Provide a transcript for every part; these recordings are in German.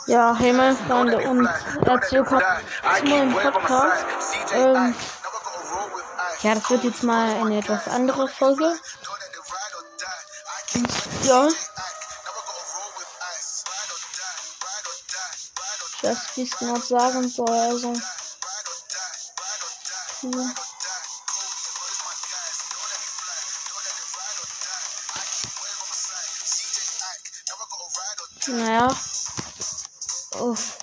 Ja, hey meine Freunde und herzlich willkommen zu meinem Podcast. Ja, das wird jetzt mal eine etwas andere Folge. Und, ja. Ich weiß nicht, wie ich es genau sagen soll. Also. Ja. Naja. Uff.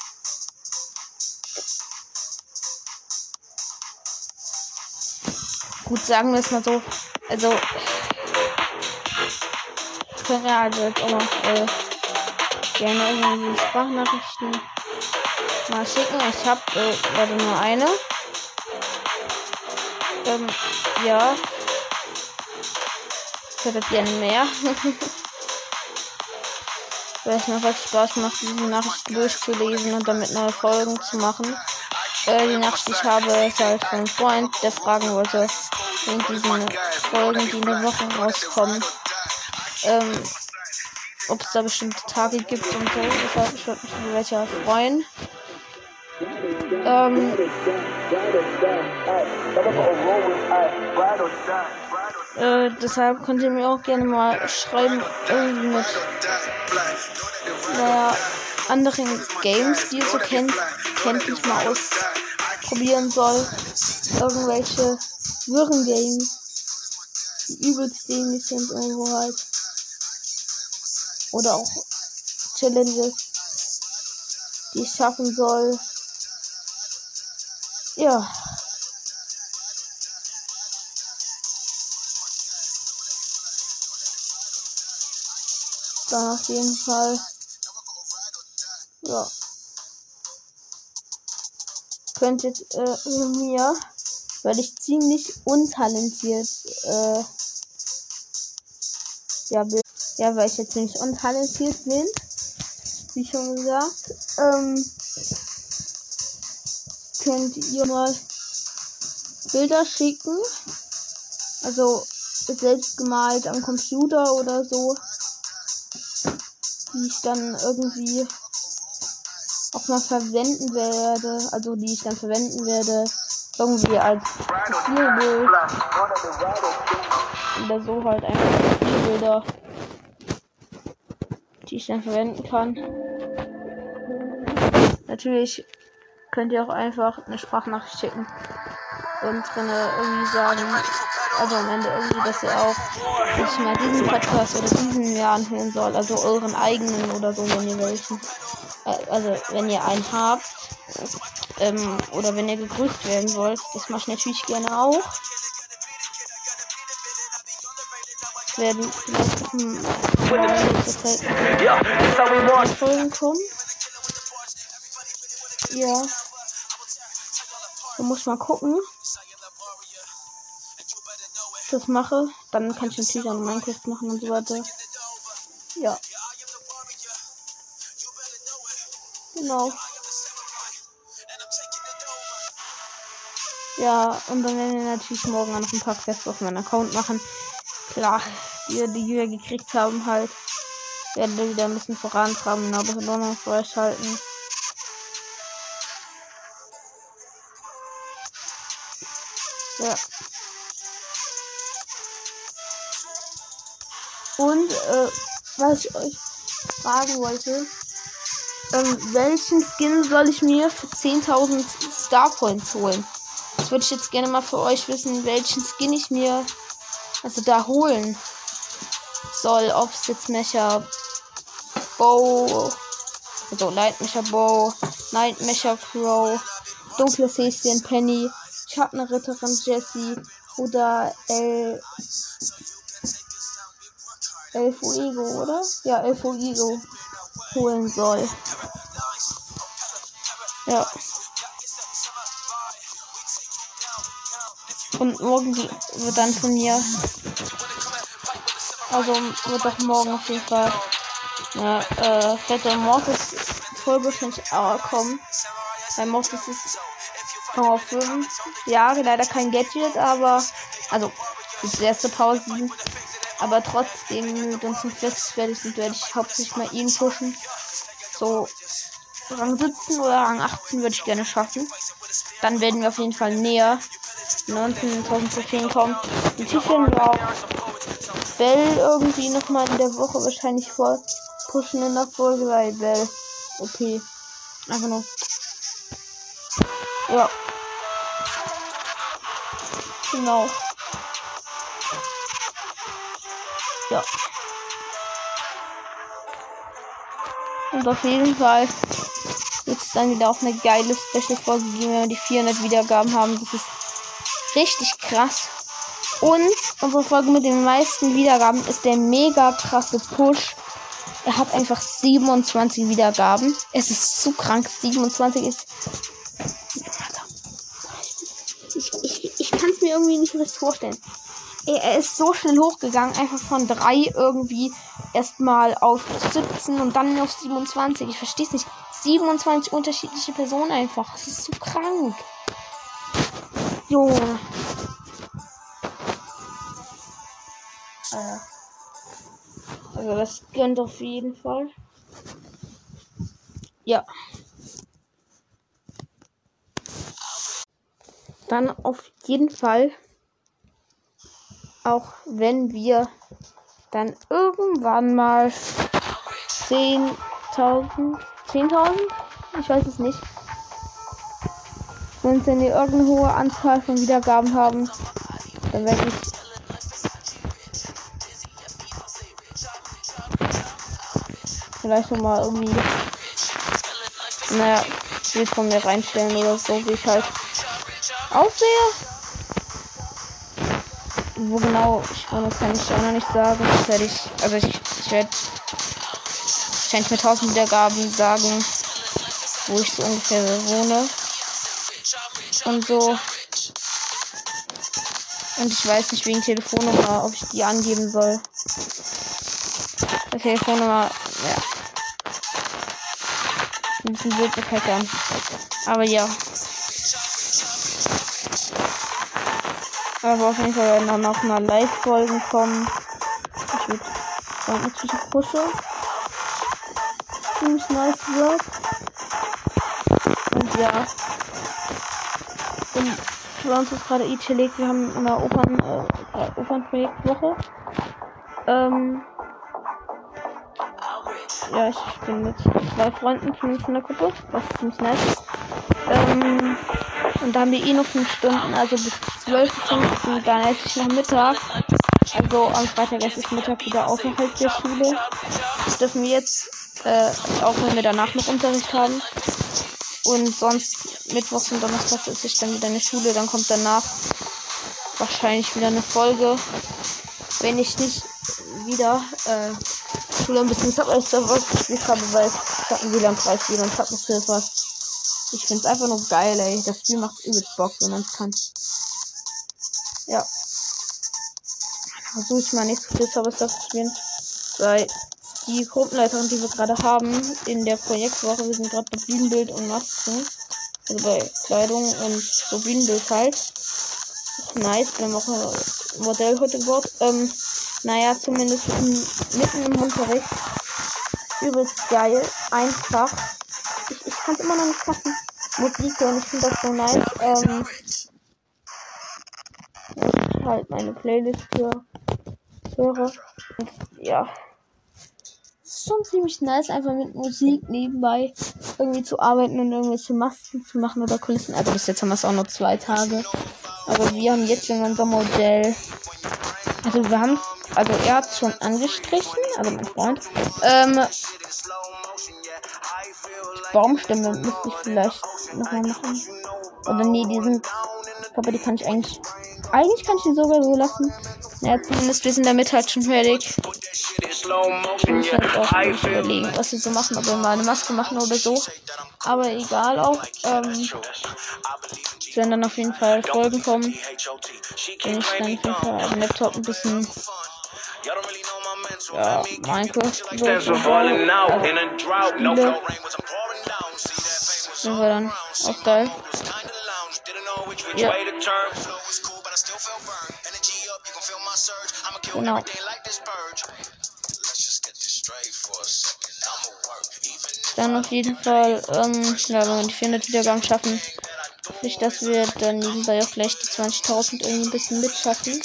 Gut, sagen wir es mal so. Also. Ich könnte ja also jetzt auch noch gerne irgendwie Sprachnachrichten mal schicken. Ich habe leider nur eine. Ja. Ich hätte gerne mehr. Weil es mir halt Spaß macht, diese Nachrichten durchzulesen und damit neue Folgen zu machen. Die Nachricht, die ich habe, ist halt von einem Freund, der fragen wollte, wegen diesen Folgen, die in der Woche rauskommen, ob es da bestimmte Tage gibt und so. Deshalb, ich würde mich über welche freuen. Deshalb könnt ihr mir auch gerne mal schreiben, irgendwie mit anderen Games, die ihr so kennt, ich mal ausprobieren soll. Irgendwelche Wirren-Games, die übelst dämlich sind irgendwo halt. Oder auch Challenges, die ich schaffen soll. Ja. Dann auf jeden Fall. Ja. Könntet mir, weil ich ziemlich untalentiert weil ich jetzt ziemlich untalentiert bin, wie schon gesagt, könnt ihr mal Bilder schicken, also selbst gemalt am Computer oder so, die ich dann irgendwie auch mal verwenden werde, irgendwie als Profilbild oder so halt einfach Profilbilder, die ich dann verwenden kann. Natürlich könnt ihr auch einfach eine Sprachnachricht schicken und drin irgendwie sagen, also am Ende irgendwie, dass ihr auch nicht mal diesen Podcast oder diesen Jahr anhören soll, also euren eigenen oder so, wenn ihr welchen, also wenn ihr einen habt, oder wenn ihr gegrüßt werden wollt, das mache ich natürlich gerne auch. Es werden vielleicht auch in nächster Zeit Folgen kommen. Ja. Da muss ich mal gucken. Ich das mache. Dann kann ich natürlich auch Minecraft machen und so weiter. Ja. Genau. Ja, und dann werden wir natürlich morgen auch noch ein paar Quests auf meinem Account machen. Klar, die wir gekriegt haben halt. Werden wir wieder ein bisschen vorantreiben, aber Belohnung freischalten. Ja. Und, was ich euch fragen wollte, welchen Skin soll ich mir für 10.000 Star Points holen? Das würde ich jetzt gerne mal für euch wissen, welchen Skin ich mir da holen soll. Ob es jetzt Mecha Bow, also Light Mecha Bow, Night Mecha Crow, dunkles Häschen Penny, Schattenritterin Jessie oder El Fuego, oder? Ja, El Fuego holen soll. Ja. Und morgen wird dann von mir, also wird doch morgen auf jeden Fall fette Mortis-Folge wahrscheinlich kommen. Bei Mortis ist noch 5 Jahre leider kein Gadget, aber also das erste Pause, aber trotzdem mit uns fertig sind, werde ich hauptsächlich mal ihn pushen. So Rang 17 oder Rang 18 würde ich gerne schaffen. Dann werden wir auf jeden Fall näher 19.000 Trophäen kommen. Die Tiefchen war auch Bell irgendwie nochmal in der Woche wahrscheinlich voll pushen in der Folge, weil Bell okay. Einfach nur. Ja. Genau. Ja. Und auf jeden Fall wird es dann wieder auch eine geile Special-Folge geben, wenn wir die 400 Wiedergaben haben. Das ist richtig krass. Und unsere Folge mit den meisten Wiedergaben ist der mega krasse Push. Er hat einfach 27 Wiedergaben. Es ist zu krank. 27 ist. Ich kann es mir irgendwie nicht richtig vorstellen. Er ist so schnell hochgegangen, einfach von 3 irgendwie erstmal auf 17 und dann auf 27. Ich verstehe es nicht. 27 unterschiedliche Personen einfach. Es ist so krank. Junge. Also das gönnt auf jeden Fall. Ja. Dann auf jeden Fall, auch wenn wir dann irgendwann mal 10.000, ich weiß es nicht, wenn wir irgendeine hohe Anzahl von Wiedergaben haben, dann werde ich vielleicht nochmal irgendwie, naja, Bild von mir reinstellen oder so, wie ich halt aussehe. Wo genau ich wohne, kann ich auch noch nicht sagen. Das werde ich, also ich werde wahrscheinlich mit 1000 Wiedergaben sagen, wo ich so ungefähr wohne. Und so. Und ich weiß nicht wegen Telefonnummer, ob ich die angeben soll. Die Telefonnummer, ja. Ein bisschen blöd bekeckern. Aber ja. Aber auf jeden Fall werden dann auch mal Live-Folgen kommen. Ich würde sagen, natürlich pushe. Ziemlich nice wird. Und ja. Und bei uns ist gerade chillig. Wir haben immer Opernprojektwoche. Ja, ich bin mit 2 Freunden von uns in der Gruppe, was ziemlich nice ist. Und da haben wir noch 5 Stunden, also bis 12:15 Uhr, dann esse ich noch Mittag. Also am Freitag esse ich Mittag wieder außerhalb der Schule. Das dürfen wir jetzt, auch wenn wir danach noch Unterricht haben. Und sonst Mittwochs und Donnerstags esse ich dann wieder in der Schule, dann kommt danach wahrscheinlich wieder eine Folge. Wenn ich nicht wieder, Schule ein bisschen Subway-Server gespielt habe, weil es hat ein WLAN-Preis und es hat noch viel was. Ich finde es einfach nur geil, ey. Das Spiel macht übelst Bock, wenn man es kann. Ja. Versuche ich mal nicht so viel Subway-Server zu spielen, weil die Gruppenleiterin, die wir gerade haben, in der Projektwoche, wir sind gerade bei Bühnenbild und Masken. Also bei Kleidung und so Bühnenbild halt. Nice, wir haben auch ein Modell heute gebaut. Naja, zumindest mitten im Unterricht. Übelst geil. Einfach. Ich kann es immer noch nicht fassen. Musik und ich finde das so nice. Ich halt meine Playlist für höre. Und ja. Es ist schon ziemlich nice, einfach mit Musik nebenbei irgendwie zu arbeiten und irgendwelche Masken zu machen oder Kulissen. Also bis jetzt haben wir es auch nur 2 Tage. Aber wir haben jetzt schon unser Modell. Also wir haben also er hat es schon angestrichen, also mein Freund. Baumstämme müsste ich vielleicht nochmal machen. Oder nee, die sind. Ich glaube, die kann ich eigentlich. Eigentlich kann ich die sogar so lassen. Naja, zumindest wir sind damit halt schon fertig. Ich muss jetzt auch nicht überlegen, was wir so machen, ob wir mal eine Maske machen oder so. Aber egal auch. Es werden dann auf jeden Fall Folgen kommen. Wenn ich dann auf jeden Fall auf dem Laptop ein bisschen Minecraft so sind wir dann auch geil. Ja. Genau. dann auf jeden Fall, ja, wenn wir die 400 Wiedergaben schaffen, hoffe ich, dass wir dann nebenbei auch gleich die 20.000 irgendwie ein bisschen mitschaffen.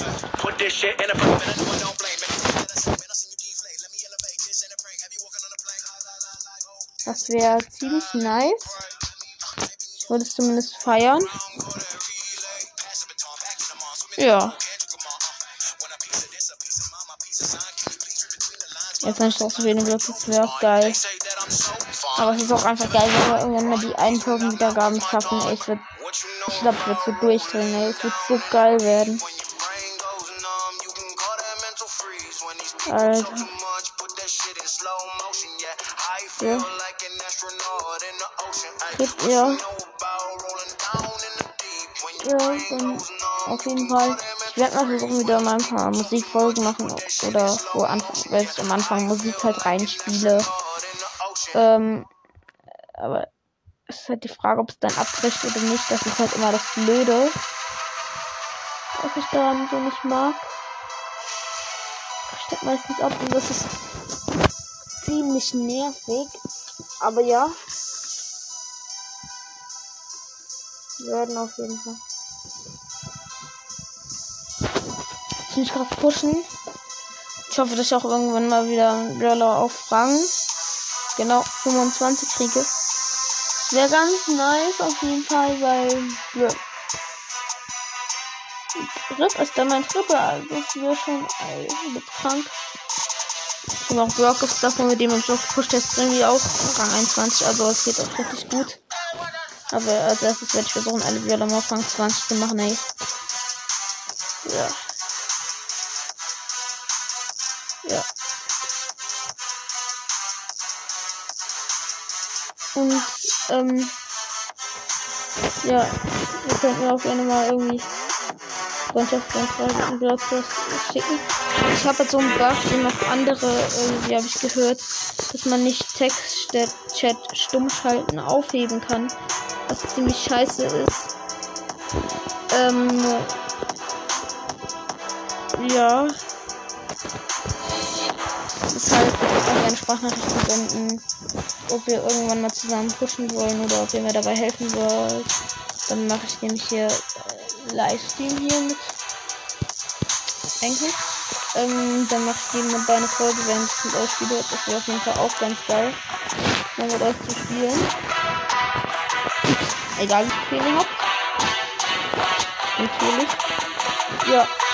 Das wäre ziemlich nice. Ich würde es zumindest feiern. Ja. Jetzt habe ich doch so wenig Glück, das wäre auch geil. Aber es ist auch einfach geil, wenn wir irgendwann mal die 1000 Wiedergaben schaffen. Ey, ich glaube, ich werde so durchdrehen. Ey, es wird so geil werden. Alter. Ja. Ja, dann auf jeden Fall. Ich werde mal versuchen, wieder mal ein paar Musikfolgen machen oder wo weil ich am Anfang Musik halt reinspiele. Aber es ist halt die Frage, ob es dann abbricht oder nicht. Das ist halt immer das Blöde, was ich daran so nicht mag. Das steckt meistens ab und das ist ziemlich nervig. Aber ja. Wir werden auf jeden Fall ziemlich krass pushen. Ich hoffe, dass ich auch irgendwann mal wieder einen Brawler auf Rang genau 25 kriege. Das wäre ganz nice auf jeden Fall, weil Rip ist dann mein Triple, also das wäre schon krank. Ich habe auch Brock of Stuff, mit dem habe ich auch gepusht, der ist irgendwie auch Rang 21, also es geht auch richtig gut. Aber als erstes werde ich versuchen, alle Brawler mal auf Rang 20 zu machen, ey. Ja. Ja. Und, ja, wir könnten auch gerne mal irgendwie Freundschaftsanfragen schicken. Ich habe jetzt so einen Bug, den noch andere, irgendwie habe ich gehört, dass man nicht Text-Chat stumm schalten aufheben kann. Was ziemlich scheiße ist. Ja. Deshalb würde ich auch gerne Sprachnachrichten senden, ob wir irgendwann mal zusammen pushen wollen oder ob ihr mir dabei helfen wollt. Dann mache ich nämlich hier Livestream hier mit Enkel. Dann mache ich nebenbei eine Folge, wenn ich mit euch spiele. Das wäre auf jeden Fall auch ganz geil, mal mit euch zu spielen. Egal wie viel ihr habt. Natürlich. Ja.